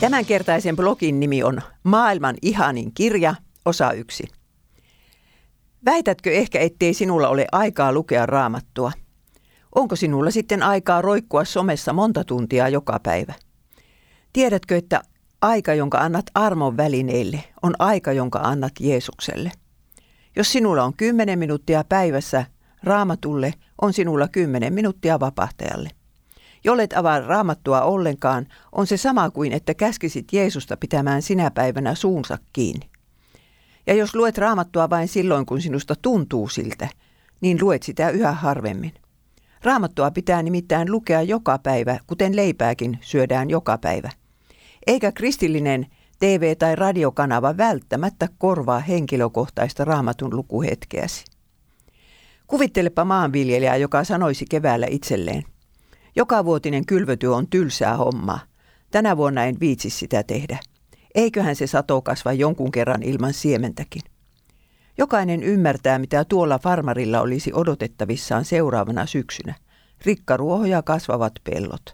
Tämänkertaisen blogin nimi on Maailman ihanin kirja, osa 1. Väitätkö ehkä, ettei sinulla ole aikaa lukea Raamattua? Onko sinulla sitten aikaa roikkua somessa monta tuntia joka päivä? Tiedätkö, että aika, jonka annat armon välineille, on aika, jonka annat Jeesukselle? Jos sinulla on 10 minuuttia päivässä Raamatulle, on sinulla 10 minuuttia vapahtajalle. Jollet avaa Raamattua ollenkaan, on se sama kuin että käskisit Jeesusta pitämään sinä päivänä suunsa kiinni. Ja jos luet Raamattua vain silloin, kun sinusta tuntuu siltä, niin luet sitä yhä harvemmin. Raamattua pitää nimittäin lukea joka päivä, kuten leipääkin syödään joka päivä. Eikä kristillinen TV- tai radiokanava välttämättä korvaa henkilökohtaista Raamatun lukuhetkeäsi. Kuvittelepa maanviljelijää, joka sanoisi keväällä itselleen: jokavuotinen kylvötyö on tylsää hommaa. Tänä vuonna en viitsi sitä tehdä. Eiköhän se sato kasva jonkun kerran ilman siementäkin. Jokainen ymmärtää, mitä tuolla farmarilla olisi odotettavissaan seuraavana syksynä. Rikkaruohoja kasvavat pellot.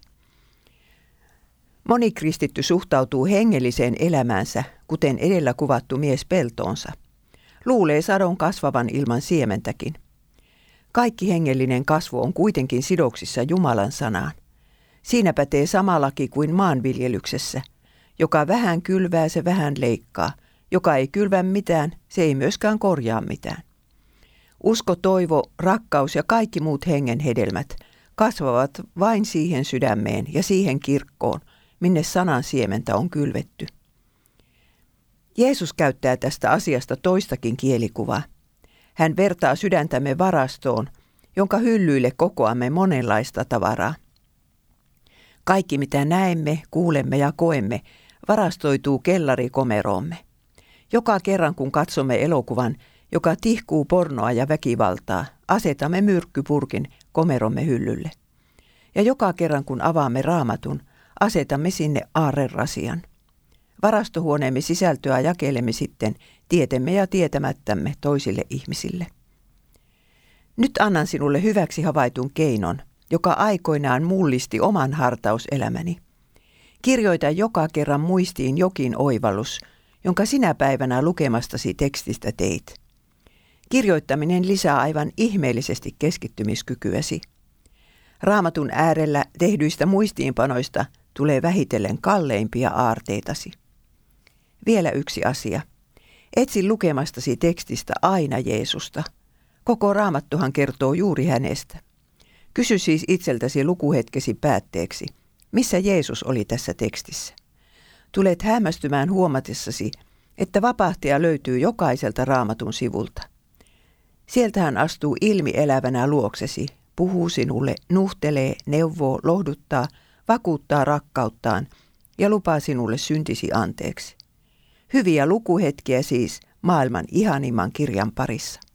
Moni kristitty suhtautuu hengelliseen elämäänsä, kuten edellä kuvattu mies peltoonsa. Luulee sadon kasvavan ilman siementäkin. Kaikki hengellinen kasvu on kuitenkin sidoksissa Jumalan sanaan. Siinä pätee sama laki kuin maanviljelyksessä. Joka vähän kylvää, se vähän leikkaa. Joka ei kylvä mitään, se ei myöskään korjaa mitään. Usko, toivo, rakkaus ja kaikki muut hengen hedelmät kasvavat vain siihen sydämeen ja siihen kirkkoon, minne sanan siementä on kylvetty. Jeesus käyttää tästä asiasta toistakin kielikuvaa. Hän vertaa sydäntämme varastoon, jonka hyllyille kokoamme monenlaista tavaraa. Kaikki mitä näemme, kuulemme ja koemme, varastoituu kellarikomeroomme. Joka kerran kun katsomme elokuvan, joka tihkuu pornoa ja väkivaltaa, asetamme myrkkypurkin komeromme hyllylle. Ja joka kerran kun avaamme Raamatun, asetamme sinne aarrerasian. Varastohuoneemme sisältöä jakelemme sitten tietemme ja tietämättämme toisille ihmisille. Nyt annan sinulle hyväksi havaitun keinon, joka aikoinaan mullisti oman hartauselämäni. Kirjoita joka kerran muistiin jokin oivallus, jonka sinä päivänä lukemastasi tekstistä teit. Kirjoittaminen lisää aivan ihmeellisesti keskittymiskykyäsi. Raamatun äärellä tehdyistä muistiinpanoista tulee vähitellen kalleimpia aarteitasi. Vielä yksi asia. Etsi lukemastasi tekstistä aina Jeesusta. Koko Raamattuhan kertoo juuri hänestä. Kysy siis itseltäsi lukuhetkesi päätteeksi, missä Jeesus oli tässä tekstissä. Tulet hämmästymään huomatessasi, että vapahtaja löytyy jokaiselta Raamatun sivulta. Sieltä hän astuu ilmielävänä luoksesi, puhuu sinulle, nuhtelee, neuvoo, lohduttaa, vakuuttaa rakkauttaan ja lupaa sinulle syntisi anteeksi. Hyviä lukuhetkiä siis maailman ihanimman kirjan parissa.